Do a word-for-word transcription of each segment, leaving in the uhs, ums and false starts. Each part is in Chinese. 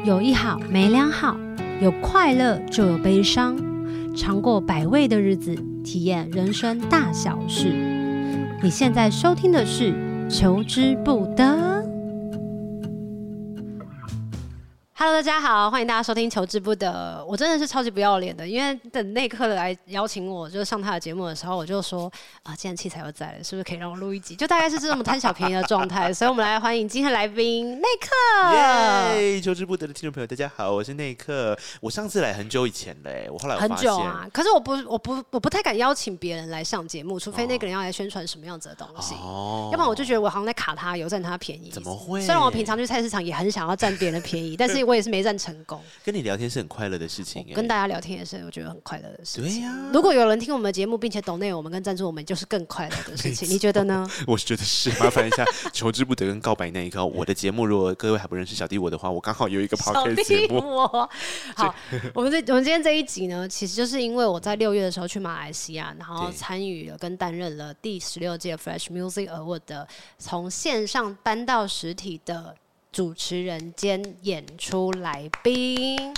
有一好没两好，有快乐就有悲伤，尝过百味的日子，体验人生大小事。你现在收听的是求之不得。Hello， 大家好，欢迎大家收听求之不得。我真的是超级不要脸的，因为等那一刻来邀请我，就是上他的节目的时候，我就说啊，既然器材又在了，是不是可以让我录一集？就大概是这么贪小便宜的状态。所以我们来欢迎今天的来宾内克。 耶！求之不得的听众朋友，大家好，我是内克。我上次来很久以前嘞，我后来有发现很久啊，可是我不我不我不太敢邀请别人来上节目，除非那个人要来宣传什么样子的东西，哦、要不然我就觉得我好像在卡他，有占他便宜。 怎么会？ 虽然我平常去菜市场也很想要占别人的便宜，但是我也是没占成功。 跟你聊天是很快乐的事情， 跟大家聊天也是我觉得很快乐的事情。 对呀、啊， 如果有人听我们的节目，并且抖内我们跟赞助我们，就是更快乐的事情。你觉得呢？ 我觉得是。麻烦一下，求之不得跟告白那一刻，我的节目如果各位还不认识小弟我的话，我刚好有一个 podcast 节目。 我好，我们这我们今天这一集呢，其实就是因为我在六月的时候去马来西亚，然后参与了跟担任了第十六届 Fresh Music Award 的从线上搬到实体的主持人兼演出来宾。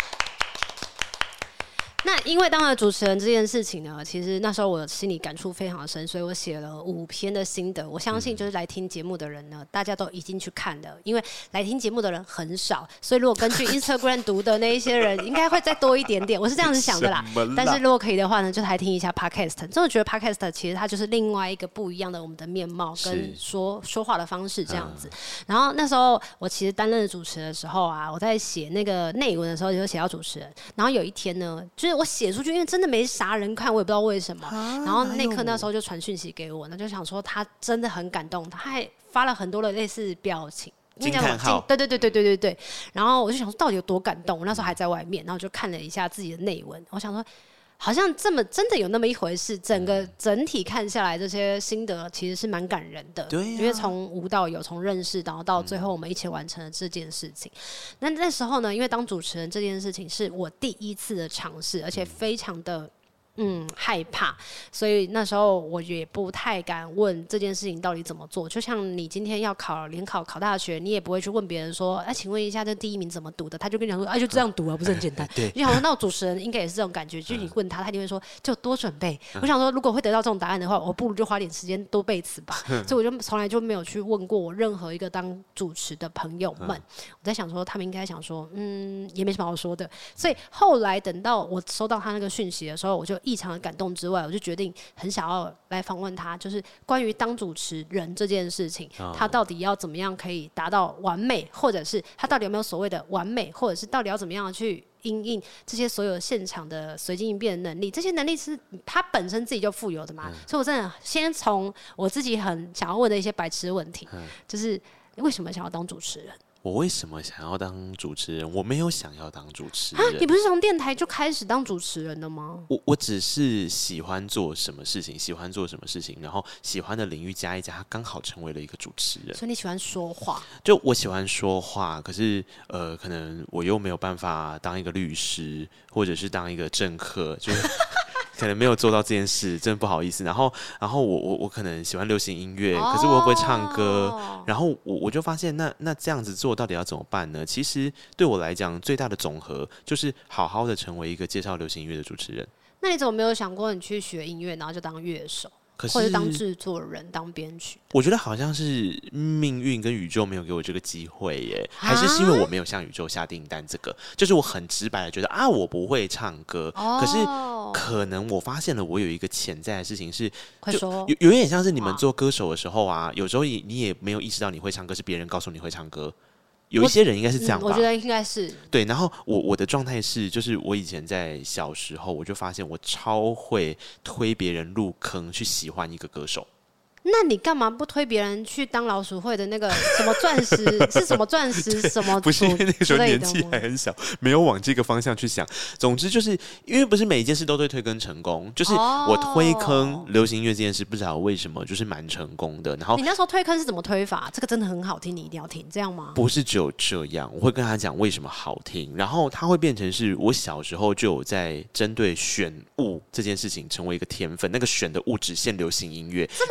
那因为当了主持人这件事情呢，其实那时候我心里感触非常深，所以我写了五篇的心得。我相信就是来听节目的人呢，大家都已经去看了，因为来听节目的人很少，所以如果根据 Instagram 读的那一些人，应该会再多一点点。我是这样子想的啦。但是如果可以的话呢，就来听一下 Podcast。真的觉得 Podcast 其实它就是另外一个不一样的我们的面貌跟说说话的方式这样子。嗯、然后那时候我其实担任主持的时候啊，我在写那个内文的时候就写到主持人。然后有一天呢，就是我写出去，因为真的没啥人看，我也不知道为什么。然后内克那时候就传讯息给我，那就想说他真的很感动，他还发了很多的类似表情。 惊叹号， 对对对对对对对。然后我就想说到底有多感动，我那时候还在外面，然后就看了一下自己的内文，我想说好像这么真的有那么一回事。整个整体看下来，这些心得其实是蛮感人的。对、啊，因为从无到有，从认识然后到最后我们一起完成了这件事情。那、嗯、那时候呢，因为当主持人这件事情是我第一次的尝试，而且非常的。嗯，害怕，所以那时候我也不太敢问这件事情到底怎么做。就像你今天要考联考考大学，你也不会去问别人说，哎、啊，请问一下这第一名怎么读的？他就跟你讲说，哎、啊，就这样读啊，不是很简单。对，你想说，那我主持人应该也是这种感觉，就是你问他，他一定会说，就多准备。嗯、我想说，如果会得到这种答案的话，我不如就花点时间多背词吧。嗯、所以我就从来就没有去问过我任何一个当主持的朋友们。嗯、我在想说，他们应该想说，嗯，也没什么好说的。所以后来等到我收到他那个讯息的时候，我就异常的感动之外，我就决定很想要来访问他，就是关于当主持人这件事情，哦、他到底要怎么样可以达到完美，或者是他到底有没有所谓的完美，或者是到底要怎么样去因应这些所有现场的随机应变的能力，这些能力是他本身自己就富有的嘛？嗯、所以我真的先从我自己很想要问的一些白痴问题，嗯、就是为什么想要当主持人？ 我为什么想要当主持人？我没有想要当主持人。 你不是从电台就开始当主持人的吗？ 我我只是喜欢做什么事情，喜欢做什么事情，然后喜欢的领域加一加，刚好成为了一个主持人。 所以你喜欢说话？就我喜欢说话，可是呃，可能我又没有办法当一个律师，或者是当一个政客，就是。可能没有做到这件事，真的不好意思。然后，然后我我我可能喜欢流行音乐，可是我又不会唱歌。Oh. 然后我我就发现那，那那这样子做到底要怎么办呢？其实对我来讲，最大的总和就是好好的成为一个介绍流行音乐的主持人。 那你怎么没有想过你去学音乐，然后就当乐手？可是或者当制作人、当编曲， 我觉得好像是命运跟宇宙没有给我这个机会耶，还是是因为我没有向宇宙下订单。这个就是我很直白的觉得啊，我不会唱歌，哦、可是可能我发现了我有一个潜在的事情是，就有有点像是你们做歌手的时候啊，有时候你也没有意识到你会唱歌，是别人告诉你会唱歌。有一些人应该是这样吧， 我，嗯、我觉得应该是对。然后我我的状态是，就是我以前在小时候，我就发现我超会推别人入坑，去喜欢一个歌手。 那你干嘛不推别人去当老鼠会的那个什么钻石是什么钻石什么？ 不是因为那个时候年纪还很小，没有往这个方向去想。总之就是因为不是每一件事都对推坑成功，就是我推坑流行音乐这件事，不知道为什么就是蛮成功的。然后你那时候推坑是怎么推法？这个真的很好听，你一定要听，这样吗？ 不是只有这样，我会跟他讲为什么好听，然后他会变成是我小时候就有在针对选物这件事情成为一个天分。那个选的物只限流行音乐， 这么神奇。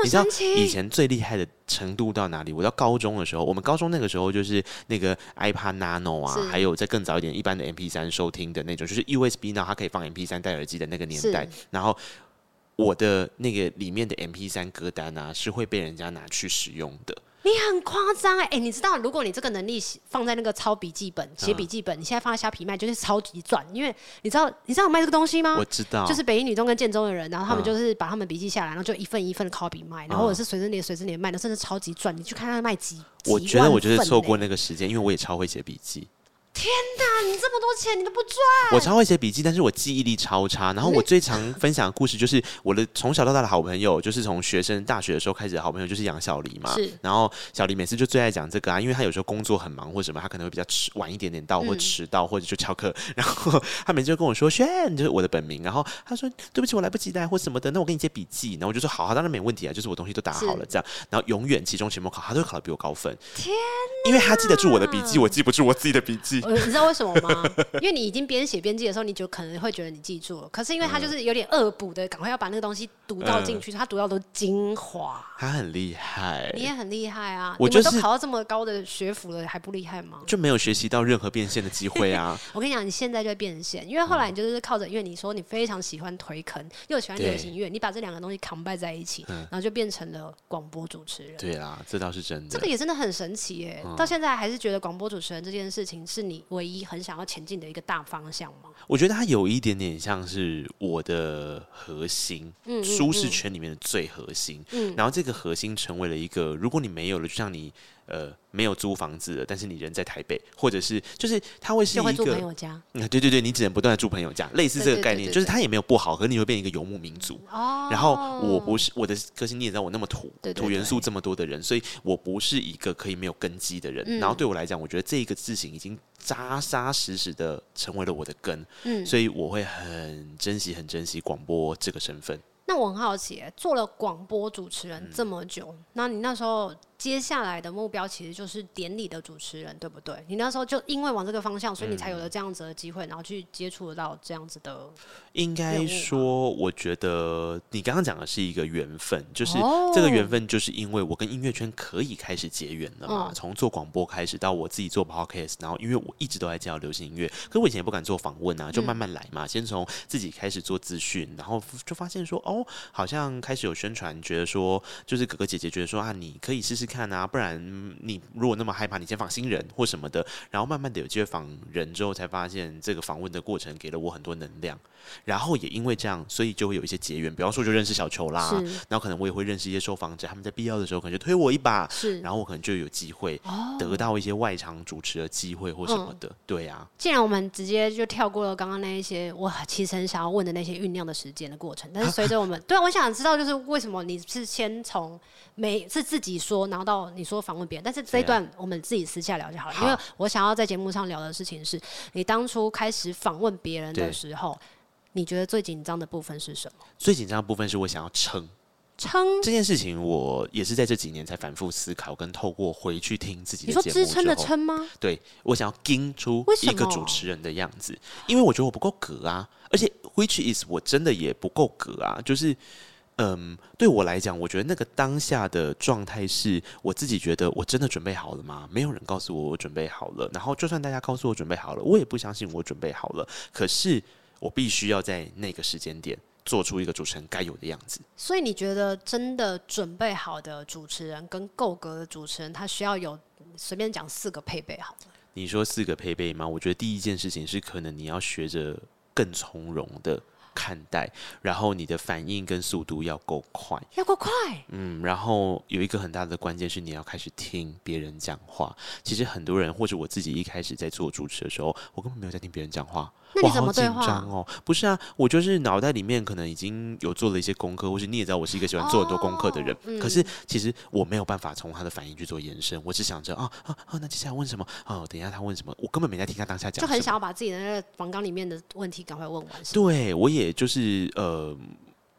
以前最厉害的程度到哪里？我到高中的时候，我们高中那个时候就是那个 iPod Nano 啊，还有再更早一点一般的 M P 三 收听的那种，就是 U S B 呢，它可以放 M P 三 戴耳机的那个年代。然后我的那个里面的 M P 三 歌单啊，是会被人家拿去使用的。 你很夸张哎！哎，你知道，如果你这个能力放在那个抄笔记本、写笔记本，嗯、你现在放在虾皮卖就是超级赚，因为你知道你知道有卖这个东西吗？ 我知道， 就是北一女中跟建中的人，然后他们就是把他们笔记下来，然后就一份一份的 copy 卖，然后或者是随身碟随身碟卖，那真的超级赚。你去看他卖几， 我觉得我就是错过那个时间，因为我也超会写笔记。 天哪，你这么多钱你都不赚！ 我超会写笔记，但是我记忆力超差。然后我最常分享的故事就是我的从小到大的好朋友，就是从学生大学的时候开始的好朋友，就是杨小黎嘛。然后小黎每次就最爱讲这个啊，因为他有时候工作很忙或什么，他可能会比较迟晚一点点到，或迟到，嗯、或者就翘课。然后他每次就跟我说：“轩，就是我的本名。”然后他说：“对不起，我来不及带或什么的，那我给你借笔记。”然后我就说：“好，当然没问题啊，就是我东西都打好了这样。”然后永远期中、期末考，他都会考得比我高分。 天！ 因为他记得住我的笔记，我记不住我自己的笔记。 你知道为什么吗？因为你已经边写边记的时候，你就可能会觉得你记住了。可是因为他就是有点恶补的，赶快要把那个东西读到进去，嗯、他读到都精华。 他很厉害， 你也很厉害啊！ 我就是、 你们都考到这么高的学府了，还不厉害吗？ 就没有学习到任何变现的机会啊！ 我跟你讲，你现在就会变现，因为后来你就是靠着，因为你说你非常喜欢推坑，又喜欢流行音乐，你把这两个东西 combine 在一起，嗯、然后就变成了广播主持人。 对啊，这倒是真的。 这个也真的很神奇耶！嗯、到现在还是觉得广播主持人这件事情是你唯一很想要前进的一个大方向吗？ 我觉得它有一点点像是我的核心，嗯嗯嗯舒适圈里面的最核心。嗯、然后这个核心成为了一个，如果你没有了，就像你呃没有租房子了，但是你人在台北，或者是就是它会是一个就会住朋友家。 嗯，对对对，你只能不断的住朋友家，类似这个概念，就是它也没有不好，可是你会变一个游牧民族。哦。然后我不是我的个性，你也知道我那么土，对对对土元素这么多的人，所以我不是一个可以没有根基的人。嗯、然后对我来讲，我觉得这一个事情已经扎扎实实的成为了我的根。嗯。所以我会很珍惜、很珍惜广播这个身份。 那我很好奇，做了广播主持人这么久，嗯、那你那时候接下来的目标其实就是典礼的主持人，对不对？你那时候就因为往这个方向，所以你才有了这样子的机会，然后去接触得到这样子的。 应该说，我觉得你刚刚讲的是一个缘分，就是这个缘分，就是因为我跟音乐圈可以开始结缘了嘛。从、嗯、做广播开始，到我自己做 podcast， 然后因为我一直都在教流行音乐，可是我以前也不敢做访问啊，就慢慢来嘛。嗯、先从自己开始做资讯，然后就发现说，哦，好像开始有宣传，觉得说，就是哥哥姐姐觉得说啊，你可以试试看啊，不然你如果那么害怕，你先访新人或什么的，然后慢慢的有机会访人之后，才发现这个访问的过程给了我很多能量。然后也因为这样，所以就会有一些结缘，比方说就认识小球啦，然后可能我也会认识一些受访者，他们在必要的时候可能就推我一把，然后我可能就有机会得到一些外场主持的机会或什么的。嗯、对啊， 既然我们直接就跳过了刚刚那一些我其实很想要问的那些酝酿的时间的过程，但是随着我们对啊，我想知道就是为什么你是先从没是自己说，然后到你说访问别人，但是这一段我们自己私下聊就好了，因为我想要在节目上聊的事情是你当初开始访问别人的时候。你觉得最紧张的部分是什么？ 最紧张的部分是我想要撑撑这件事情，我也是在这几年才反复思考，跟透过回去听自己的节目之后。 你说支撑的撑吗？ 对，我想要盯出一个主持人的样子，因为我觉得我不够格啊，而且 which is 我真的也不够格啊，就是嗯，对我来讲，我觉得那个当下的状态是我自己觉得我真的准备好了吗？没有人告诉我我准备好了，然后就算大家告诉我准备好了，我也不相信我准备好了，可是我必须要在那个时间点做出一个主持人该有的样子。 所以你觉得真的准备好的主持人跟够格的主持人，他需要有随便讲四个配备好了？ 你说四个配备吗？我觉得第一件事情是可能你要学着更从容的看待，然后你的反应跟速度要够快， 要够快。 嗯，然后有一个很大的关键是你要开始听别人讲话。其实很多人或者我自己一开始在做主持的时候，我根本没有在听别人讲话。 那你怎么对话？ 我好紧张哦！不是啊，我就是脑袋里面可能已经有做了一些功课，或是你也知道我是一个喜欢做很多功课的人。哦嗯、可是其实我没有办法从他的反应去做延伸，我只想着啊啊啊，那接下来问什么？哦，等一下他问什么？我根本没在听他当下讲什么， 就很想要把自己的那个访纲里面的问题赶快问完。 对，我也就是呃。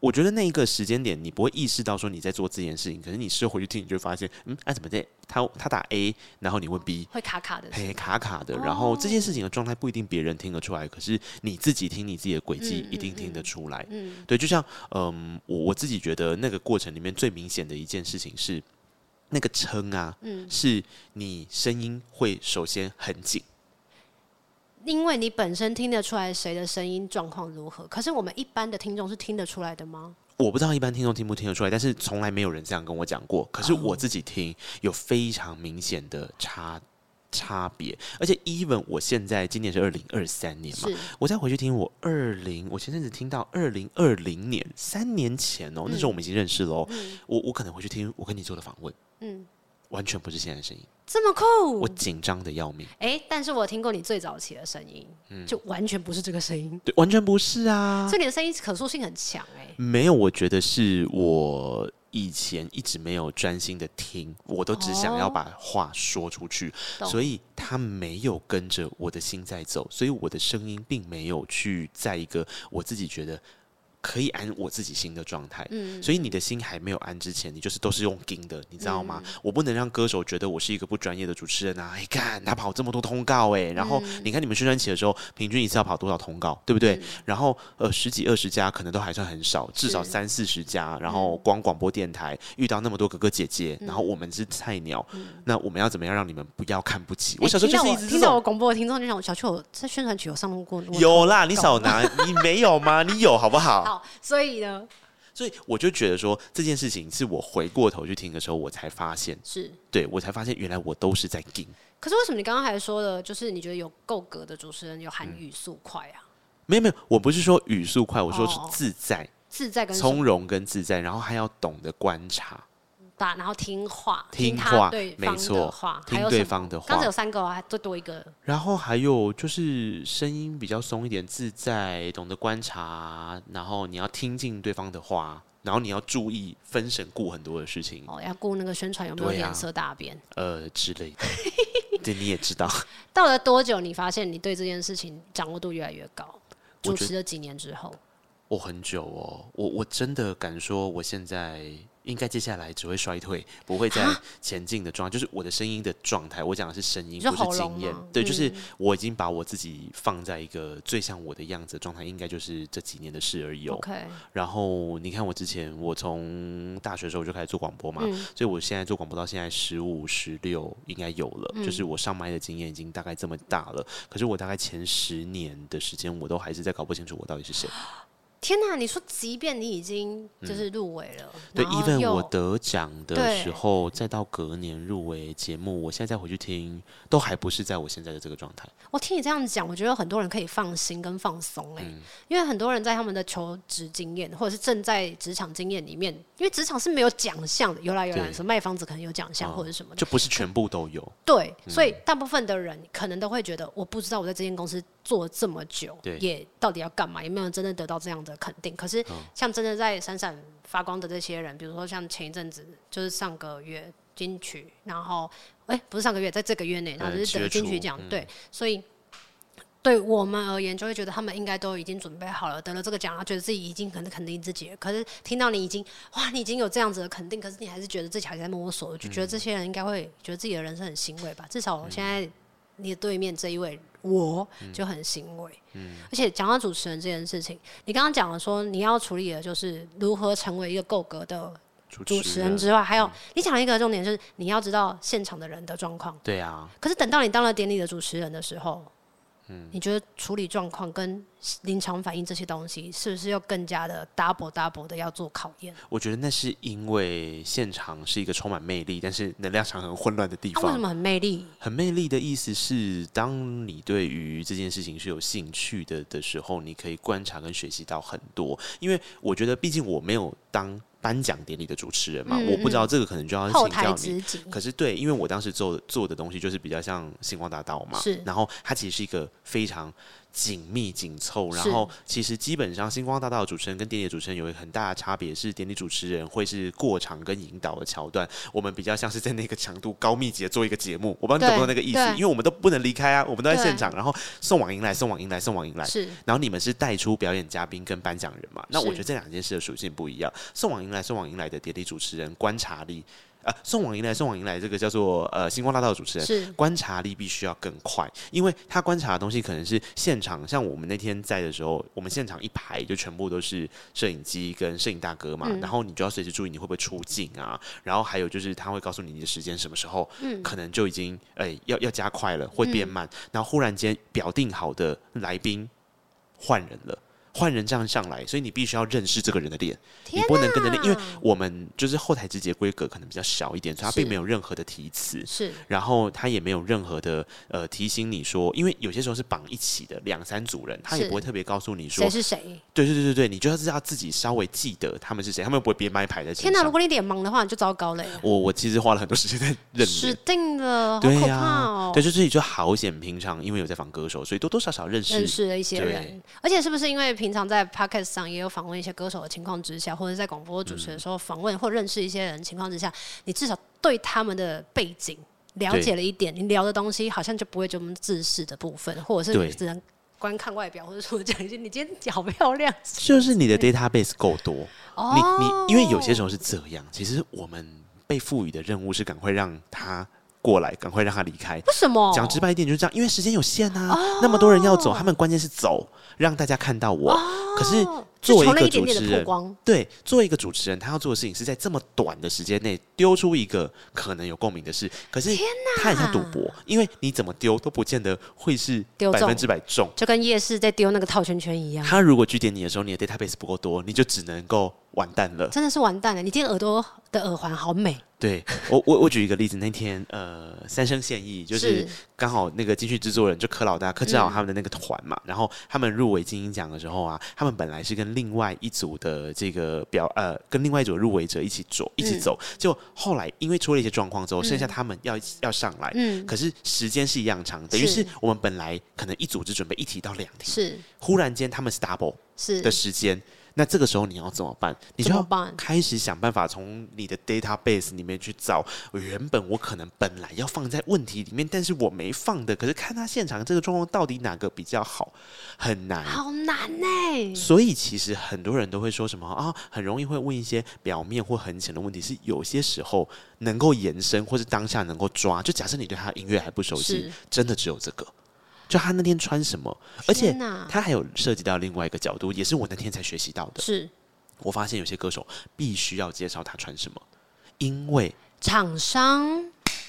我觉得那一个时间点，你不会意识到说你在做这件事情，可是你事后回去听，你就会发现，嗯，哎、啊，怎么在他他打 A， 然后你问 B， 会卡卡的， 嘿，卡卡的。然后这件事情的状态不一定别人听得出来，可是你自己听你自己的轨迹一定听得出来。嗯，嗯对，就像嗯，我我自己觉得那个过程里面最明显的一件事情是，那个撑啊，嗯、是你声音会首先很紧。 因为你本身听得出来谁的声音状况如何，可是我们一般的听众是听得出来的吗？ 我不知道一般听众听不听得出来，但是从来没有人这样跟我讲过。可是我自己听有非常明显的差差别，而且 even 我现在今年是二零二三年嘛，我再回去听我二零，我前阵子听到二零二零年三年前哦、喔，那时候我们已经认识了哦、喔嗯，我我可能回去听我跟你做的访问，嗯，完全不是现在的声音。 这么酷， 我紧张的要命。 哎、欸，但是我听过你最早期的声音、嗯，就完全不是这个声音。 对，完全不是啊。 所以你的声音可塑性很强哎、欸。 没有，我觉得是我以前一直没有专心的听，我都只想要把话说出去，哦、所以他没有跟着我的心在走，所以我的声音并没有去在一个我自己觉得可以安我自己心的状态，嗯，所以你的心还没有安之前，你就是都是用盯的，你知道吗？嗯、我不能让歌手觉得我是一个不专业的主持人啊！哎，看他跑这么多通告、欸，哎，然后你看你们宣传期的时候，平均一次要跑多少通告，对不对？嗯、然后呃十几二十家可能都还算很少，至少三四十家，然后光广播电台遇到那么多哥哥姐姐，嗯、然后我们是菜鸟，嗯、那我们要怎么样让你们不要看不起？欸、我小时候就是一直听到我广播的听众就想，小秋我在宣传曲有上过， 有啦，你少拿，你没有吗？你有好不好？ 好，所以呢。 所以我就觉得说这件事情是我回过头去听的时候，我才发现， 是对我才发现原来我都是在盯。 可是为什么你刚刚还说的，就是你觉得有够格的主持人有含语速快啊？ 嗯、没有没有，我不是说语速快，我说是自在、哦、 自在跟从容跟自在，然后还要懂得观察。 打，然后听话， 听话， 对没错，听对方的话。 刚才有三个啊，再多一个。 然后还有就是声音比较松一点，自在，懂得观察，然后你要听进对方的话，然后你要注意分神，顾很多的事情。 哦，要顾那个宣传有没有脸色大变， 啊、呃之类的。对，你也知道。 到了多久，你发现你对这件事情掌握度越来越高？主持了几年之后？ 我很久哦，我我真的敢说，我现在。应该接下来只会衰退，不会再前进的状态。就是我的声音的状态，我讲的是声音，不是经验。对，嗯、就是我已经把我自己放在一个最像我的样子的状态，应该就是这几年的事而已哦。 Okay. 然后你看，我之前我从大学的时候我就开始做广播嘛，嗯、所以我现在做广播到现在十五、十六应该有了，嗯、就是我上麦的经验已经大概这么大了。可是我大概前十年的时间，我都还是在搞不清楚我到底是谁。 天哪！你说，即便你已经就是入围了， 嗯、对 ，even 我得奖的时候，再到隔年入围节目，我现在再回去听，都还不是在我现在的这个状态。 我听你这样讲，我觉得很多人可以放心跟放松哎、欸，嗯、因为很多人在他们的求职经验或者是正在职场经验里面，因为职场是没有奖项的，有来有来，什么卖房子可能有奖项或者什么的， 就不是全部都有。 对，嗯、所以大部分的人可能都会觉得，我不知道我在这间公司做了这么久，也到底要干嘛，有没有真的得到这样的肯定？可是像真的在闪闪发光的这些人，比如说像前一阵子，就是上个月金曲，然后哎、欸，不是上个月，在这个月内，然后就是得金曲奖，嗯、对，所以对我们而言，就会觉得他们应该都已经准备好了，得了这个奖，然后觉得自己已经可能肯定自己了。可是听到你已经哇，你已经有这样子的肯定，可是你还是觉得自己还在摸索，我就觉得这些人应该会觉得自己的人生很欣慰吧。至少现在你的对面这一位。我就很欣慰，嗯、而且讲到主持人这件事情，你刚刚讲了说你要处理的就是如何成为一个够格的主持人之外，还有、嗯、你讲了一个重点，就是你要知道现场的人的状况。 对啊。 可是等到你当了典礼的主持人的时候，嗯、你觉得处理状况跟临场反应这些东西，是不是又更加的 double double 的要做考验？ 我觉得那是因为现场是一个充满魅力，但是能量场很混乱的地方。 啊、为什么很魅力？ 很魅力的意思是，当你对于这件事情是有兴趣的的时候，你可以观察跟学习到很多。因为我觉得，毕竟我没有当颁奖典礼的主持人嘛，嗯嗯我不知道这个可能就要请教你。可是对，因为我当时做做的东西就是比较像星光大道嘛，是，然后它其实是一个非常紧密紧凑，然后其实基本上星光大道的主持人跟典礼主持人有一个很大的差别，是典礼主持人会是过场跟引导的桥段，我们比较像是在那个强度高密集的做一个节目，我不知道你懂不懂那个意思，因为我们都不能离开啊，我们都在现场，然后送往迎来，送往迎来，送往迎来， 是， 然后你们是带出表演嘉宾跟颁奖人嘛？那我觉得这两件事的属性不一样，送往迎来，送往迎来的典礼主持人观察力。呃，送往迎来，送往迎来，这个叫做呃星光大道的主持人，观察力必须要更快，因为他观察的东西可能是现场，像我们那天在的时候，我们现场一排就全部都是摄影机跟摄影大哥嘛，嗯、然后你就要随时注意你会不会出镜啊，然后还有就是他会告诉你你的时间什么时候，嗯、可能就已经哎、欸、要要加快了，会变慢，嗯、然后忽然间表定好的来宾换人了。换人这样上来，所以你必须要认识这个人的脸，你不能跟着练，因为我们就是后台直接规格可能比较小一点，所以它并没有任何的提词， 是， 然后它也没有任何的呃提醒你说，因为有些时候是绑一起的两三组人，他也不会特别告诉你说谁是谁， 对对对对对，你就要知道自己稍微记得他们是谁，他们不会别麦牌在身上。 天哪，如果你脸盲的话，你就糟糕了。 我我其实花了很多时间在认脸， 死定了，好可怕哦。 对，就自己就好险，平常因为有在访歌手，所以多多少少认识认识了一些人，而且是不是因为平常在 podcast上也有访问一些歌手的情况之下，或者在广播主持的时候访问或认识一些人的情况之下，你至少对他们的背景了解了一点，你聊的东西好像就不会这么自私的部分，或者是你只能观看外表，或者说讲一些你今天脚漂亮， 就是你的 database 够多。哦、你你因为有些时候是这样，其实我们被赋予的任务是赶快让他过来，赶快让他离开。 为什么？ 讲直白一点就是这样，因为时间有限啊，哦、那么多人要走，他们关键是走，让大家看到我。哦、可是作为一个主持人， 点点对，作为一个主持人，他要做的事情是在这么短的时间内丢出一个可能有共鸣的事。可是他很像赌博，因为你怎么丢都不见得会是百分之百中， 就跟夜市在丢那个套圈圈一样。 他如果据点你的时候，你的 database 不够多，你就只能够完蛋了， 真的是完蛋了。你今天耳朵的耳环好美。 对我我我举一个例子，那天呃三生献艺，就是刚好那个金曲制作人就柯老大柯志豪他们的那个团嘛，嗯、然后他们入围金鹰奖的时候啊，他们本来是跟另外一组的这个表呃跟另外一组入围者一起走一起走，嗯、就后来因为出了一些状况之后，剩下他们要要上来，嗯、可是时间是一样长，等于是我们本来可能一组只准备一题到两题，是忽然间他们是 double 的时间。那这个时候你要怎么办？你就要开始想办法从你的 database 里面去找原本我可能本来要放在问题里面，但是我没放的，可是看他现场这个状况到底哪个比较好，很难， 好难哎。 所以其实很多人都会说什么啊，很容易会问一些表面或很浅的问题，是有些时候能够延伸或是当下能够抓。就假设你对他的音乐还不熟悉，真的只有这个。就他那天穿什么，而且他还有涉及到另外一个角度，也是我那天才学习到的。 是我发现有些歌手必须要介绍他穿什么，因为厂商。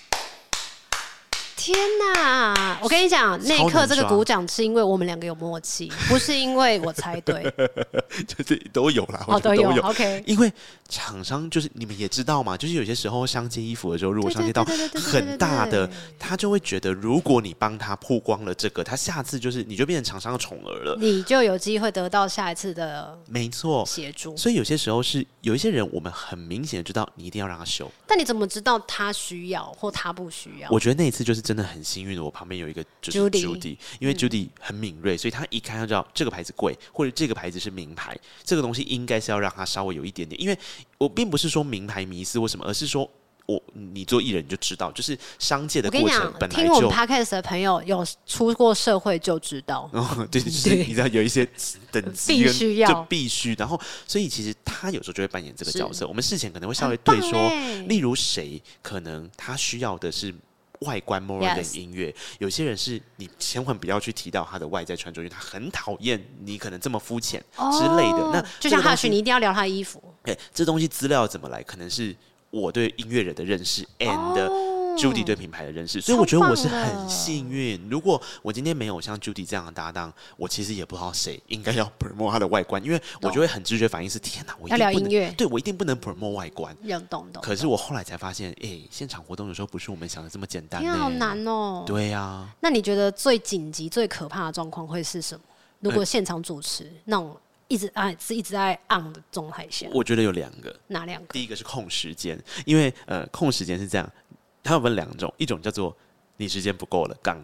天哪！我跟你讲，那一刻这个鼓掌是因为我们两个有默契，不是因为我猜对。 就是都有啦， 哦，都有。OK， 因为厂商就是你们也知道嘛，就是有些时候商接衣服的时候，如果商接到很大的，他就会觉得，如果你帮他曝光了这个，他下次就是你就变成厂商的宠儿了， 你就有机会得到下一次的没错协助。 所以有些时候是有一些人，我们很明显的知道你一定要让他修， 但你怎么知道他需要或他不需要？ 我觉得那一次就是真的很幸运的，我旁边有一个就是 Judy， 因为 Judy 很敏锐，所以他一看就知道这个牌子贵，或者这个牌子是名牌，这个东西应该是要让他稍微有一点点。因为我并不是说名牌迷思或什么，而是说我你做艺人你就知道，就是商界的过程本来就。 听我们 Podcast 的朋友有出过社会就知道， 哦、对，就是你知道有一些等级必须要， 就必须。然后，所以其实他有时候就会扮演这个角色。我们事前可能会稍微对说，例如谁可能他需要的是。外观 more than 音乐， yes. 有些人是你千万不要去提到他的外在穿着，因为他很讨厌你可能这么肤浅之类的。Oh, 那就像哈许，你一定要聊他的衣服。 哎，这东西资料怎么来？可能是我对音乐人的认识 ，and、oh, Judy 对品牌的认识，所以我觉得我是很幸运。如果我今天没有像 Judy 这样的搭档，我其实也不知道谁应该要 promote 他的外观，因为我就会很直觉反应是：天哪，我一定不能要聊音乐， 对我一定不能 promote 外观。 要懂懂。 可是我后来才发现，哎、欸，现场活动有时候不是我们想的这么简单、欸， 天啊，好难哦。 对呀、啊。 那你觉得最紧急、最可怕的状况会是什么？如果现场主持、嗯、那种一直啊是一直在 on 的状态下， 我觉得有两个。 哪两个？ 第一个是控时间，因为呃，控时间是这样。它有分两种，一种叫做你时间不够了，赶快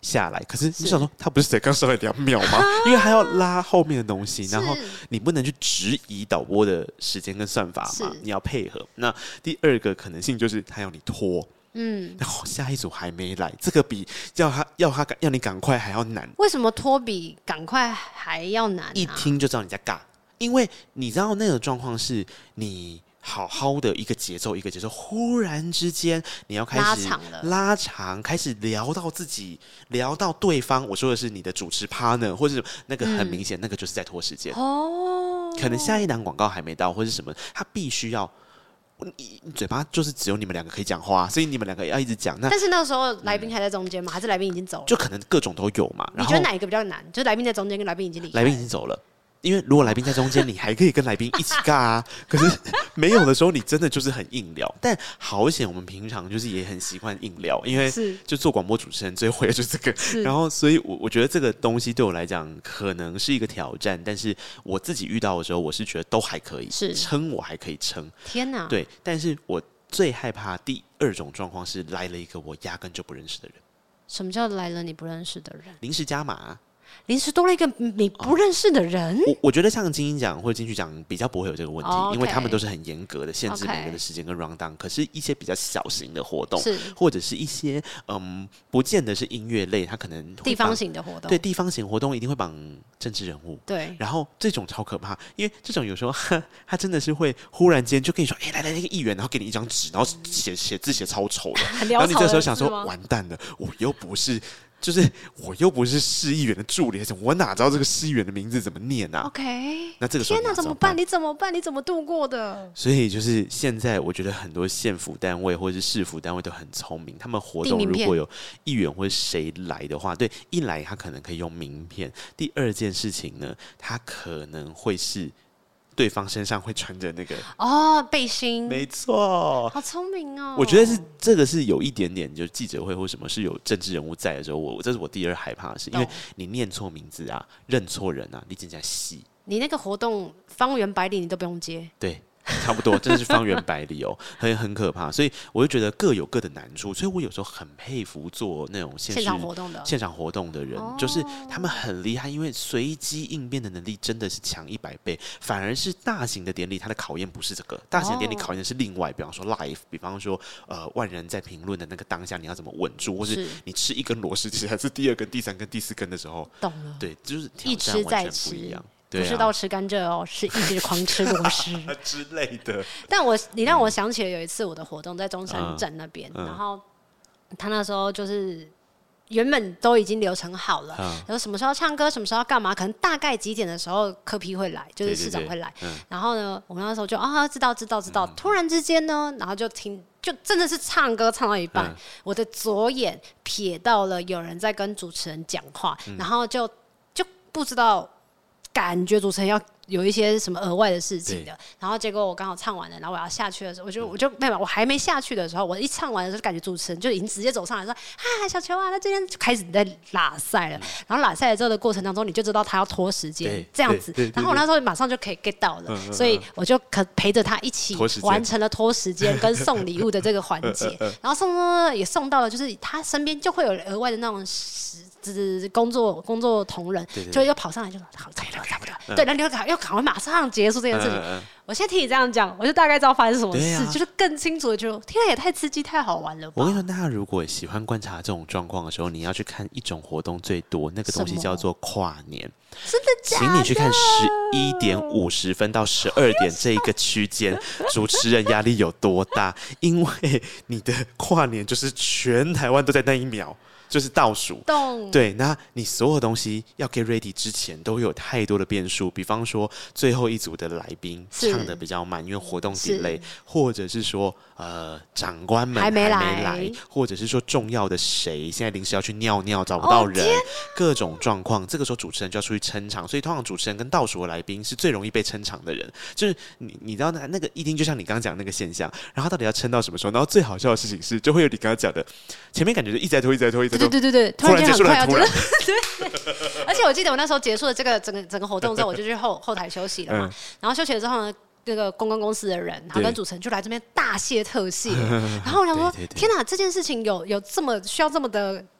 下来，可是你想说他不是才刚上来两秒吗？因为还要拉后面的东西，然后你不能去质疑导播的时间跟算法嘛，你要配合。那第二个可能性就是他要你拖。嗯，然后下一组还没来，这个比要他要他要你赶快还要难。 为什么拖比赶快还要难、啊？ 一听就知道你在尬，因为你知道那个状况是你好好的一个节奏，一个节奏，忽然之间你要开始拉长了， 拉长，开始聊到自己，聊到对方。我说的是你的主持 partner， 或者那个很明显、嗯，那个就是在拖时间。哦，可能下一档广告还没到，或是什么，他必须要。你嘴巴就是只有你们两个可以讲话，所以你们两个要一直讲。那但是那个时候来宾还在中间吗？嗯、还是来宾已经走了？ 就可能各种都有嘛。 你觉得哪一个比较难？就是来宾在中间，跟来宾已经离开。 来宾已经走了。因为如果来宾在中间，你还可以跟来宾一起尬啊。可是没有的时候，你真的就是很硬聊。但好险，我们平常就是也很习惯硬聊，因为就做广播主持人最会的就是这个。然后，所以我我觉得这个东西对我来讲可能是一个挑战，但是我自己遇到的时候，我是觉得都还可以，撑我还可以撑。 天哪！ 对，但是我最害怕第二种状况是来了一个我压根就不认识的人。 什么叫来了你不认识的人？ 临时加码、啊。 临时多了一个你不认识的人， 哦、我, 我觉得像金鹰奖或者金曲奖比较不会有这个问题， oh, okay. 因为他们都是很严格的限制每个的时间跟 round down。可是，一些比较小型的活动，或者是一些嗯，不见得是音乐类，它可能地方型的活动， 对地方型活动一定会绑政治人物， 对。 然后这种超可怕，因为这种有时候他真的是会忽然间就跟你说，哎、欸，来来那个议员，然后给你一张纸，然后写写字写超丑的，然后你这时候想说，完蛋了，我又不是。就是我又不是市议员的助理，我哪知道这个市议员的名字怎么念啊 ？OK， 那这个时候天哪，怎么办？你怎么办？你怎么度过的？ 所以就是现在，我觉得很多县府单位或者是市府单位都很聪明，他们活动如果有议员或者谁来的话，对，一来他可能可以用名片，第二件事情呢，他可能会是。对方身上会穿着那个哦背心， 没错， 好聪明哦！ 我觉得是这个是有一点点，就记者会或什么是有政治人物在的时候，我这是我第二害怕的事，因为你念错名字啊，认错人啊，你真的戏。 你那个活动方圆百里你都不用接， 对。差不多，真的是方圆百里哦，很很可怕，所以我就觉得各有各的难处，所以我有时候很佩服做那种现场活动的现场活动的人，哦、就是他们很厉害，因为随机应变的能力真的是强一百倍。反而是大型的典礼，它的考验不是这个，大型的典礼考验的是另外，比方说 live， 比方说呃万人在评论的那个当下，你要怎么稳住，或是你吃一根螺丝起还是第二根、第三根、第四根的时候， 懂了， 对，就是挑战完全不一样。 不是到吃甘蔗哦，是一直狂吃螺丝之类的。 但我你让我想起了有一次我的活动在中山站那边，嗯嗯、然后他那时候就是原本都已经流程好了，嗯、然后什么时候唱歌，什么时候要干嘛，可能大概几点的时候柯 P 会来，就是市长会来。对对对嗯、然后呢，我们那时候就啊知道知道知道，嗯、突然之间呢，然后就听。就真的是唱歌唱到一半，嗯、我的左眼瞥到了有人在跟主持人讲话，嗯、然后就就不知道。感觉主持人要有一些什么额外的事情的，然后结果我刚好唱完了，然后我要下去的时候，我就我就没有，我还没下去的时候，我一唱完的时候，感觉主持人就已经直接走上来说：“啊，小球啊，那今天就开始你在拉赛了。”然后拉赛的这个过程当中，你就知道他要拖时间这样子。然后我那时候马上就可以 get 到了，所以我就可陪着他一起完成了拖时间跟送礼物的这个环节。然后送送也送到了，就是他身边就会有额外的那种时。就是工作工作同仁，对对对就又跑上来就说好，差不多差不多，嗯、对，然后你要要赶快马上结束这件事情。嗯嗯、我现在听你这样讲，我就大概知道发生什么事，啊、就是更清楚的就，天啊，也太刺激太好玩了吧！ 我跟你说，大家如果喜欢观察这种状况的时候，你要去看一种活动最多，那个东西叫做跨年。 真的假的？ 请你去看十一点五十分到十二点这一个区间，主持人压力有多大？因为你的跨年就是全台湾都在那一秒。就是倒数，对，那你所有东西要 get ready 之前，都会有太多的变数。比方说，最后一组的来宾唱的比较慢，因为活动 delay， 或者是说，呃，长官们还没 来, 还没来，或者是说重要的谁现在临时要去尿尿找不到人，哦、各种状况。这个时候主持人就要出去撑场，所以通常主持人跟倒数的来宾是最容易被撑场的人。就是你，你知道那那个一听就像你刚刚讲那个现象，然后到底要撑到什么时候？然后最好笑的事情是，就会有你刚刚讲的，前面感觉就一直在拖，一直在拖，一直在拖。 对对对对，突然间很快要结束， 对。而且我记得我那时候结束了这个整个整个活动之后，我就去后后台休息了嘛。嗯、然后休息了之后呢，那个公关公司的人，然后跟主持人就来这边大谢特谢。然后我想说，天哪，这件事情有有这么需要这么的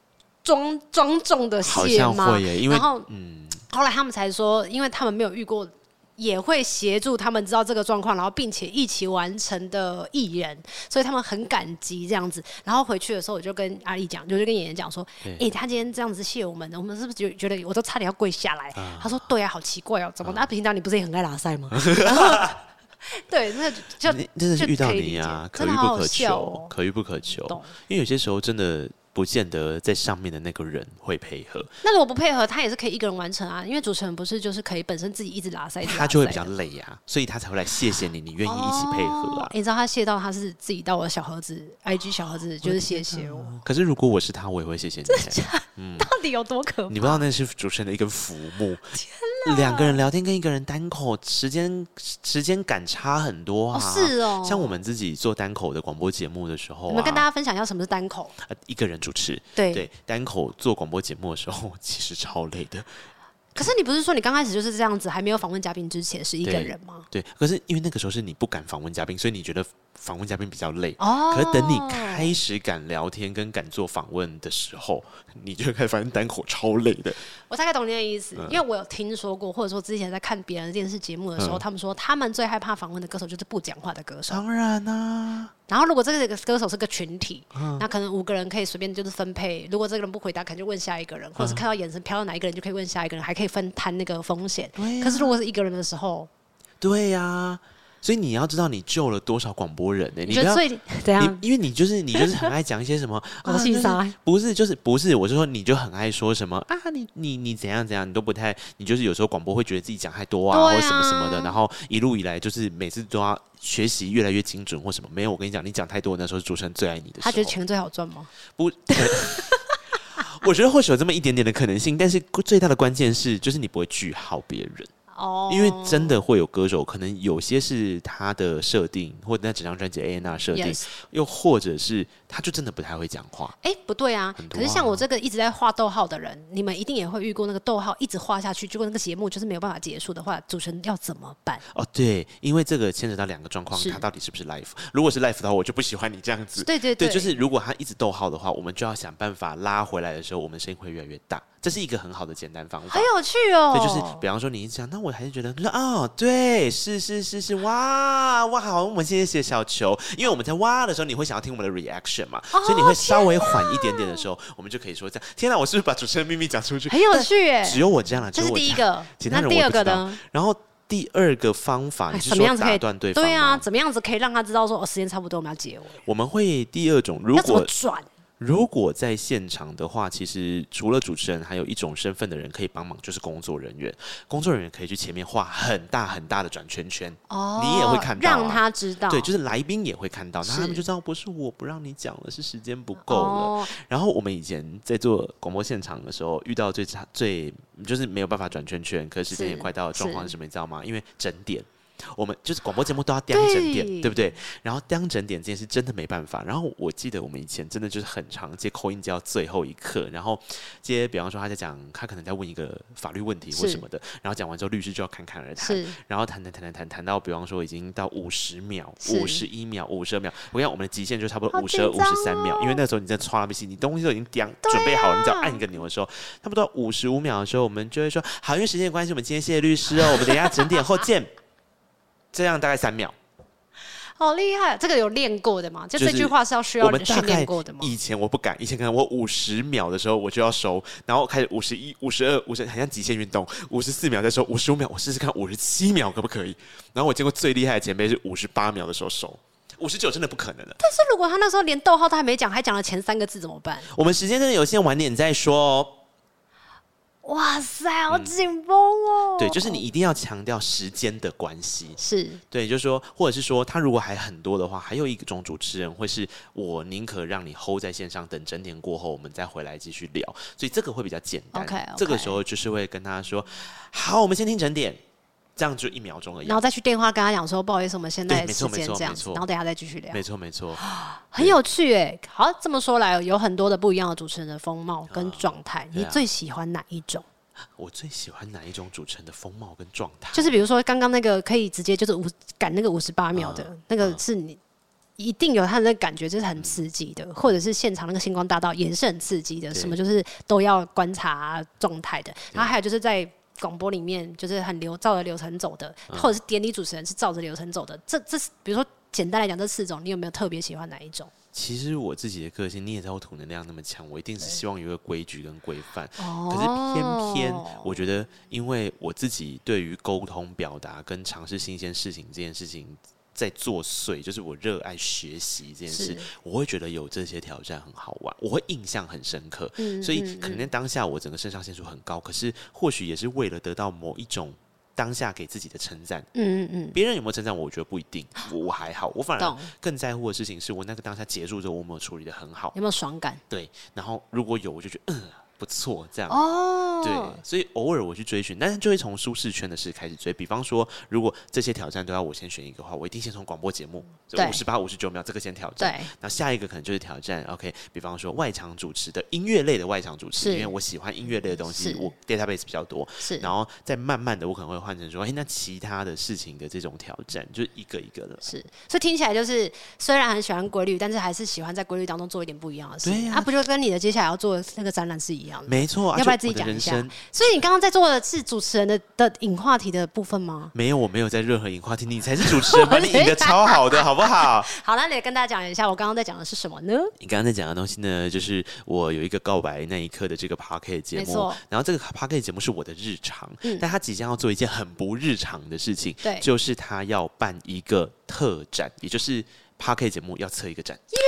庄庄重的好谢吗？ 像会耶，因为然后嗯， 后来他们才说，因为他们没有遇过。也会协助他们知道这个状况，然后并且一起完成的艺人，所以他们很感激这样子。然后回去的时候，我就跟阿丽讲，我就跟演员讲说：“哎、欸，他今天这样子谢我们，我们是不是觉得觉得我都差点要跪下来？”啊、他说：“对啊，好奇怪哦，怎么？那、啊、平常你不是也很爱拉塞吗？”然后对，那就真的是遇到你啊，可遇不可求， 哦、 可遇不可求。因为有些时候真的。不见得在上面的那个人会配合。 那如果不配合，他也是可以一个人完成啊。因为主持人不是就是可以本身自己一直拉塞， 他就会比较累啊，所以他才会来谢谢你，你愿意一起配合啊。 哦、你知道他谢到他是自己到我的小盒子 I G 小盒子，就是谢谢我。 可是如果我是他，我也会谢谢你。 嗯、到底有多可怕？ 你不知道那是主持人的一根浮木。两个人聊天跟一个人单口，时间时间感差很多啊。 哦是哦。 像我们自己做单口的广播节目的时候、啊， 你们跟大家分享一下什么是单口？ 呃，一个人主持。 对。 对，单口做广播节目的时候，其实超累的。 可是你不是说你刚开始就是这样子，还没有访问嘉宾之前是一个人吗？ 对，对可是因为那个时候是你不敢访问嘉宾，所以你觉得访问嘉宾比较累。 哦。 可是等你开始敢聊天跟敢做访问的时候，你就会开始发现单口超累的。 我大概懂你的意思，嗯、因为我有听说过，或者说之前在看别人的电视节目的时候，嗯、他们说他们最害怕访问的歌手就是不讲话的歌手。 当然啊。 然后如果这个歌手是个群体，嗯、那可能五个人可以随便就是分配。如果这个人不回答，可能就问下一个人，或者是看到眼神飘到哪一个人就可以问下一个人，还可以分摊那个风险。可是如果是一个人的时候， 对呀、啊。所以你要知道你救了多少广播人呢、欸？你不要怎样？ 因为你就是你就是很爱讲一些什么啊，就是、 不是就是不是，我是说你就很爱说什么啊，你你你怎样怎样，你都不太，你就是有时候广播会觉得自己讲太多啊，啊或者什么什么的，然后一路以来就是每次都要学习越来越精准或什么。没有，我跟你讲，你讲太多，那时候主持人最爱你的时候。 他觉得钱最好赚吗？ 不。我觉得或许有这么一点点的可能性，但是最大的关键是，就是你不会句号别人。 哦， 因为真的会有歌手，可能有些是他的设定，或者那整张专辑 A and R 设定， yes. 又或者是他就真的不太会讲话。 哎、欸，不对啊！ 啊可是像我这个一直在画逗号的人，你们一定也会遇过那个逗号一直画下去，结果那个节目就是没有办法结束的话，主持人要怎么办？ 哦，对，因为这个牵扯到两个状况，他到底是不是 live？ 如果是 live 的话，我就不喜欢你这样子。 对对 对, 对，就是如果他一直逗号的话，我们就要想办法拉回来的时候，我们声音会越来越大。这是一个很好的简单方法， 很有趣哦。 对，就是比方说你一直讲，那我还是觉得说哦，对，是是是是，哇哇好，我们谢谢小球，因为我们在哇的时候，你会想要听我们的 reaction 嘛，哦、所以你会稍微缓一点点的时候，我们就可以说这样。天哪，我是不是把主持人秘密讲出去？ 很有趣耶！ 只有我这样了， 这是第一个， 其他人那第二个呢？ 然后第二个方法，你是说打断对方？ 对啊，怎么样子可以让他知道说，哦，时间差不多，我们要结尾？ 我们会第二种，如果要怎么转？ 如果在现场的话，其实除了主持人，还有一种身份的人可以帮忙，就是工作人员。工作人员可以去前面画很大很大的转圈圈， 哦， 你也会看到、啊， 让他知道。 对，就是来宾也会看到，那他们就知道不是我不让你讲了，是时间不够了、哦。然后我们以前在做广播现场的时候，遇到最差最就是没有办法转圈圈，可是时间也快到的状况是什么？你知道吗？因为整点。我们就是广播节目都要刁整点， 对, 对不对？然后刁整点这件事真的没办法。然后我记得我们以前真的就是很常接call in接到最后一刻，然后接比方说他在讲，他可能在问一个法律问题或什么的，然后讲完之后律师就要侃侃而谈，然后谈谈谈谈谈谈到比方说已经到五十秒、五十一秒、五十二秒，我跟你讲我们的极限就差不多五十二、五十三秒，因为那时候你在刷那些你东西都已经刁、啊、准备好了，你只要按一个钮的时候，差不多五十五秒的时候，我们就会说好，因为时间的关系，我们今天谢谢律师哦，我们等一下整点后见。这样大概三秒， 好厉害！这个有练过的吗？就这句话是要需要训练过的吗？ 以前我不敢，以前可能我五十秒的时候我就要收，然后开始五十一、五十二、五十，很像极限运动，五十四秒再收，五十五秒我试试看五十七秒可不可以？然后我见过最厉害的前辈是五十八秒的时候收。五十九真的不可能的。 但是如果他那时候连逗号都还没讲，还讲了前三个字怎么办？ 我们时间真的有限，晚点再说哦。 哇塞，好紧绷哦、嗯！ 对，就是你一定要强调时间的关系。 是， 对，就是说，或者是说，他如果还很多的话，还有一种主持人会是我宁可让你 hold 在线上，等整点过后，我们再回来继续聊。所以这个会比较简单。 Okay, okay. 这个时候就是会跟他说：“好，我们先听整点。”这样就一秒钟而已， 然后再去电话跟他讲说，不好意思，我们现在时间这样子，然后等一下再继续聊。 没错没错， 很有趣哎。好，这么说来，有很多的不一样的主持人的风貌跟状态、啊，你最喜欢哪一种？ 我最喜欢哪一种主持人的风貌跟状态？ 就是比如说刚刚那个可以直接就是五赶那个五十八秒的、啊、那个是你。 一定有他的感觉，就是很刺激的，或者是现场那个星光大道也是很刺激的，什么就是都要观察状态的。然后还有就是在广播里面，就是很流照着流程走的，嗯、或者是典礼主持人是照着流程走的。这这比如说简单来讲，这四种，你有没有特别喜欢哪一种？ 其实我自己的个性，你也知道我土能量那么强，我一定是希望有一个规矩跟规范。哦、可是偏偏我觉得，因为我自己对于沟通、表达跟尝试新鲜事情这件事情在作祟，就是我热爱学习这件事，我会觉得有这些挑战很好玩，我会印象很深刻。嗯、所以可能在当下我整个肾上腺素很高，可是或许也是为了得到某一种当下给自己的称赞。嗯嗯嗯，别人有没有称赞我，我觉得不一定，我我还好，我反而更在乎的事情是我那个当下结束之后，我有没有处理的很好， 有没有爽感？ 对，然后如果有，我就觉得嗯。不错，这样哦，对，所以偶尔我去追寻，但是就会从舒适圈的事开始追。比方说，如果这些挑战都要我先选一个的话，我一定先从广播节目，五十八、五十九秒这个先挑战，然后下一个可能就是挑战 OK。比方说外场主持的音乐类的外场主持，因为我喜欢音乐类的东西，我 database 比较多，是，然后再慢慢的我可能会换成说，哎，那其他的事情的这种挑战，就是一个一个的， 是。所以听起来就是虽然很喜欢规律，但是还是喜欢在规律当中做一点不一样的事。对呀、啊，不就跟你的接下来要做的那个展览是一样的？ 没错， 要不要自己讲一下？所以你刚刚在做的是主持人的的引话题的部分吗？ 没有，我没有在任何引话题，你才是主持人吧？你引的超好的，好不好？ 好，那你也跟大家讲一下，我刚刚在讲的是什么呢？ 你刚刚在讲的东西呢，就是我有一个告白那一刻的这个 Podcast 节目，然后这个 Podcast 节目是我的日常，嗯、但他即将要做一件很不日常的事情，对，就是他要办一个特展，也就是 Podcast 节目要测一个展。耶！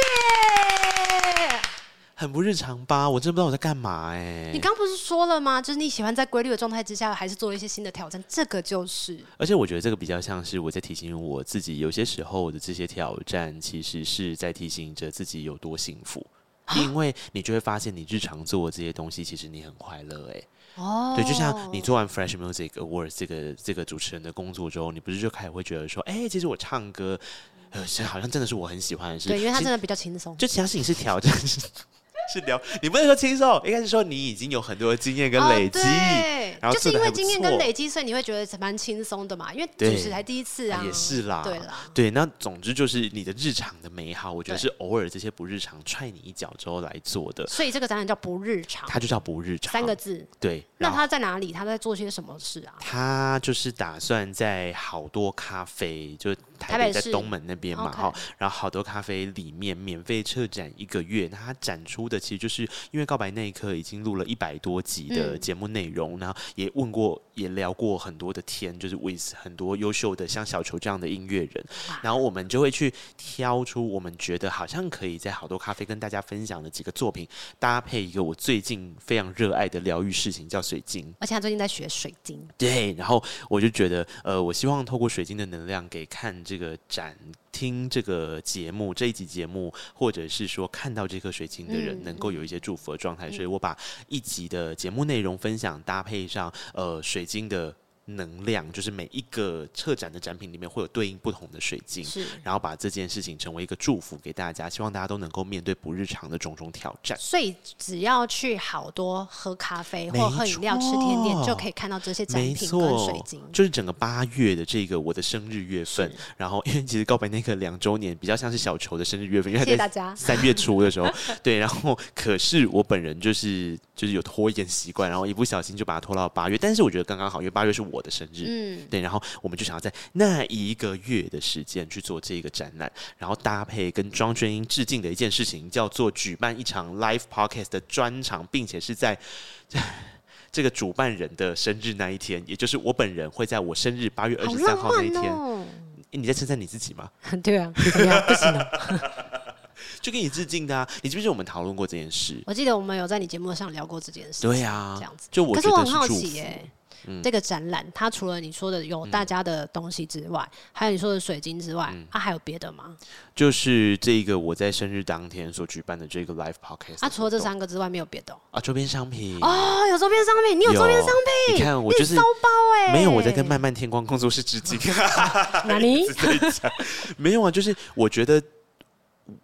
很不日常吧？我真的不知道我在干嘛哎、欸！ 你刚不是说了吗？就是你喜欢在规律的状态之下，还是做了一些新的挑战，这个就是。 而且我觉得这个比较像是我在提醒我自己，有些时候的这些挑战，其实是在提醒着自己有多幸福，因为你就会发现，你日常做的这些东西，其实你很快乐哎、欸。哦，对，就像你做完 Fresh Music Awards 这个这个主持人的工作之后，你不是就开始会觉得说，哎、欸，其实我唱歌，呃，好像真的是我很喜欢的事。 对，因为它真的比较轻松。 就其他事情是挑战。是聊，你不能说轻松，应该是说你已经有很多的经验跟累积、哦，然后就是因为经验跟累积，所以你会觉得蛮轻松的嘛。因为主持才第一次啊， 也是啦， 对啦， 对。那总之就是你的日常的美好，我觉得是偶尔这些不日常踹你一脚之后来做的。 所以这个展览叫不日常， 它就叫不日常三个字。 对， 那他在哪里？他在做些什么事啊？ 他就是打算在好多咖啡，就台北在东门那边嘛，哈，然后好多咖啡里面免费策展一个月。那他展出的其实就是因为告白那一刻已经录了一百多集的节目内容，嗯、然后也问过、也聊过很多的天，就是 with 很多优秀的像小球这样的音乐人，然后我们就会去挑出我们觉得好像可以在好多咖啡跟大家分享的几个作品，搭配一个我最近非常热爱的疗愈事情，叫水晶。 而且他最近在学水晶， 对，然后我就觉得，呃，我希望透过水晶的能量给看这个展。听这个节目这一集节目，或者是说看到这颗水晶的人，能够有一些祝福的状态、嗯，所以我把一集的节目内容分享搭配上呃水晶的能量，就是每一个策展的展品里面会有对应不同的水晶，然后把这件事情成为一个祝福给大家，希望大家都能够面对不日常的种种挑战。 所以只要去好多喝咖啡或喝饮料、吃甜点，就可以看到这些展品跟水晶。 就是整个八月的这个我的生日月份，然后因为其实告白那个两周年比较像是小球的生日月份，因为他在三月初的时候，对，然后可是我本人就是就是有拖延习惯，然后一不小心就把它拖到八月，但是我觉得刚刚好，因为八月是我的生日，嗯，对，然后我们就想要在那一个月的时间去做这个展览，然后搭配跟庄鵑瑛致敬的一件事情，叫做举办一场 live podcast 的专场，并且是在这个主办人的生日那一天，也就是我本人会在我生日八月二十三号那一天。哦、你在称赞你自己吗？ 对啊，怎么样？不行了。 就给你致敬的啊！你记不记得我们讨论过这件事？ 我记得我们有在你节目上聊过这件事。 对啊， 这样子。 就我可是我很好奇耶、欸。嗯、这个展览，它除了你说的有大家的东西之外，嗯、还有你说的水晶之外，嗯、啊，还有别的吗？ 就是这个我在生日当天所举办的这个 live podcast。 啊，除了这三个之外，没有别的、哦、 啊？周边商品哦，有周边商品，你有周边商品？ 你看我就是骚包哎、欸， 没有我在跟漫漫天光工作室致敬。 哪里？ 没有啊，就是我觉得。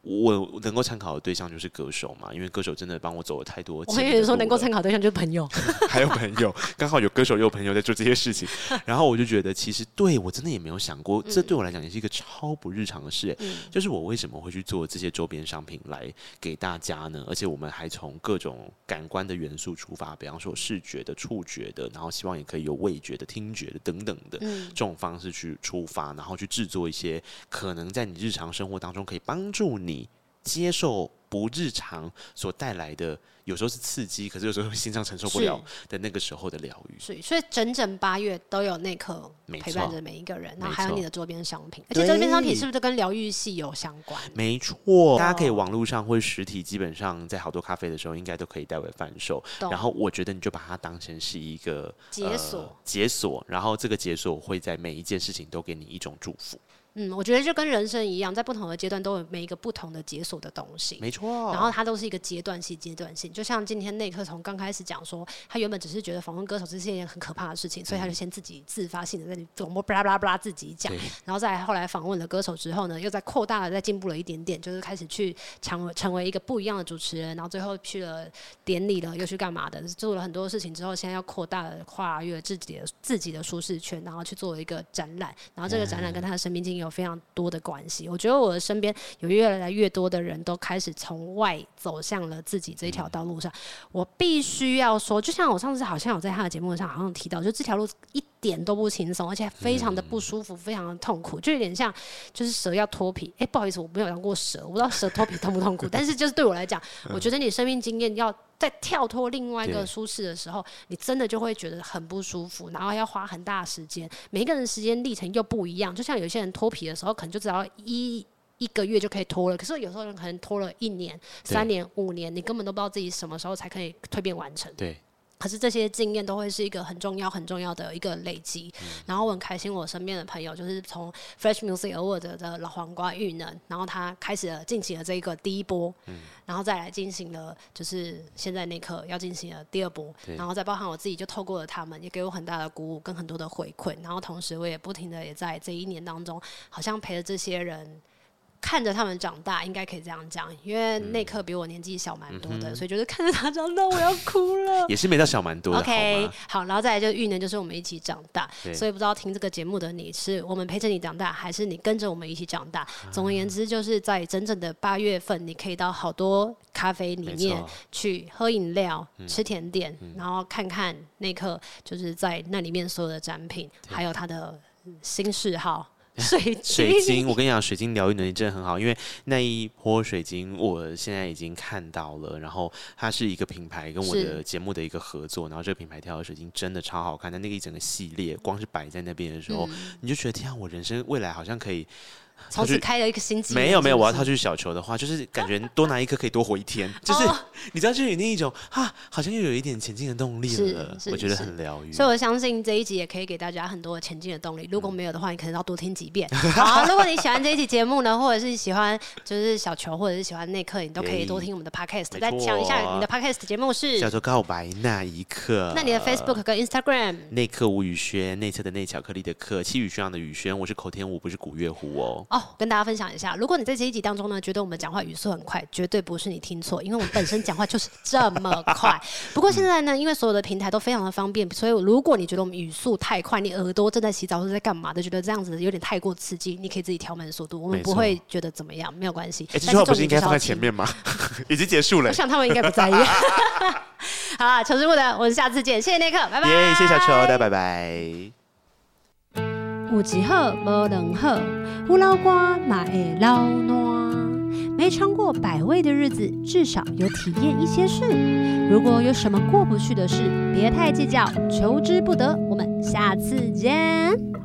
我能够参考的对象就是歌手嘛，因为歌手真的帮我走了太多。 我以为说能够参考对象就是朋友， 还有朋友，刚好有歌手又有朋友在做这些事情，然后我就觉得其实对我真的也没有想过，这对我来讲也是一个超不日常的事、嗯，就是我为什么会去做这些周边商品来给大家呢？而且我们还从各种感官的元素出发，比方说视觉的、触觉的，然后希望也可以有味觉的、听觉的等等的、嗯、这种方式去出发，然后去制作一些可能在你日常生活当中可以帮助你接受不日常所带来的，有时候是刺激，可是有时候心脏承受不了的那个时候的疗愈。 所以，所以整整八月都有内克陪伴着每一个人，然后还有你的周边商品，而且周边商品是不是跟疗愈系有相关？ 没错，大家可以网络上或者实体，基本上在好多咖啡的时候，应该都可以代为贩售。然后我觉得你就把它当成是一个解锁、呃， 解锁，然后这个解锁会在每一件事情都给你一种祝福。 嗯，我觉得就跟人生一样，在不同的阶段都有每一个不同的解锁的东西， 没错。 然后它都是一个阶段性、阶段性。就像今天内克从刚开始讲说，他原本只是觉得访问歌手这是一件很可怕的事情，所以他就先自己自发性的在广播巴拉巴拉巴拉自己讲，然后再后来访问了歌手之后呢，又在扩大了、再进步了一点点，就是开始去成成为一个不一样的主持人，然后最后去了典礼了，又去干嘛的，做了很多事情之后，现在要扩大了、跨越自己的自己的舒适圈，然后去做了一个展览，然后这个展览跟他的生命经验有非常多的关系。我觉得我的身边有越来越多的人都开始从外走向了自己这一条道路上。我必须要说，就像我上次好像有在他的节目上好像提到，就这条路一点都不轻松，而且非常的不舒服，非常的痛苦，就有点像就是蛇要脱皮。哎、欸，不好意思，我没有养过蛇，我不知道蛇脱皮痛不痛苦，但是就是对我来讲，我觉得你生命经验要在跳脱另外一个舒适的时候，你真的就会觉得很不舒服，然后要花很大的时间，每一个人时间历程又不一样。就像有些人脱皮的时候，可能就只要一一个月就可以脱了，可是有时候人可能脱了一年、三年、五年，你根本都不知道自己什么时候才可以蜕变完成。 对。 可是这些经验都会是一个很重要、很重要的一个累积。嗯、然后我很开心，我身边的朋友就是从 Fresh Music Award 的老黄瓜玉能，然后他开始了进行了这一个第一波，嗯、然后再来进行了就是现在那刻要进行了第二波，然后再包含我自己就透过了他们，也给我很大的鼓舞跟很多的回馈。然后同时我也不停的也在这一年当中，好像陪着这些人。看着他们长大，应该可以这样讲，因为内克比我年纪小蛮多的、嗯，所以就是看着他长大，我要哭了。 也是没到小蛮多的 ，OK， 好, 好，然后再来就玉呢，就是我们一起长大，所以不知道听这个节目的你是我们陪着你长大，还是你跟着我们一起长大。嗯、总而言之，就是在整整的八月份，你可以到好多咖啡里面去喝饮料、嗯、吃甜点、嗯，然后看看内克就是在那里面所有的展品，还有他的新嗜好。水晶， 水晶，我跟你讲，水晶疗愈能力真的很好，因为那一波水晶我现在已经看到了，然后它是一个品牌跟我的节目的一个合作，然后这个品牌挑的水晶真的超好看，但那个一整个系列，光是摆在那边的时候，嗯、你就觉得天啊，我人生未来好像可以。 从此开了一个新纪元。 没有没有，我要套去小球的话，就是感觉多拿一颗可以多活一天，就是你知道，就有那一种啊，好像又有一点前进的动力了，我觉得很疗愈。 所以我相信这一集也可以给大家很多前进的动力。如果没有的话，你可能要多听几遍。好，如果你喜欢这一集节目呢，或者是喜欢就是小球，或者是喜欢内克，你都可以多听我们的 podcast。再讲一下你的 podcast 节目是叫做《告白那一刻》。 那你的 Facebook 跟 Instagram？ 内克吴宇轩，内侧的内，巧克力的克，气宇轩阳的宇轩，我是口天吴，不是古月虎哦。 哦，跟大家分享一下，如果你在这一集当中呢，觉得我们讲话语速很快，绝对不是你听错，因为我们本身讲话就是这么快。不过现在呢，因为所有的平台都非常的方便，所以如果你觉得我们语速太快，你耳朵正在洗澡或者在干嘛的，觉得这样子有点太过刺激，你可以自己调慢速度，我们不会觉得怎么样，没有关系。 哎、欸，这句话不是应该放在前面吗？已经结束了。 我想他们应该不在意。好啦，求之不得，我们下次见，谢谢内克，拜拜。 耶、yeah, ，谢谢小球，大家拜拜。 有一好无两好，有老瓜嘛会老烂。没尝过百味的日子，至少有体验一些事。如果有什么过不去的事，别太计较，求之不得。我们下次见。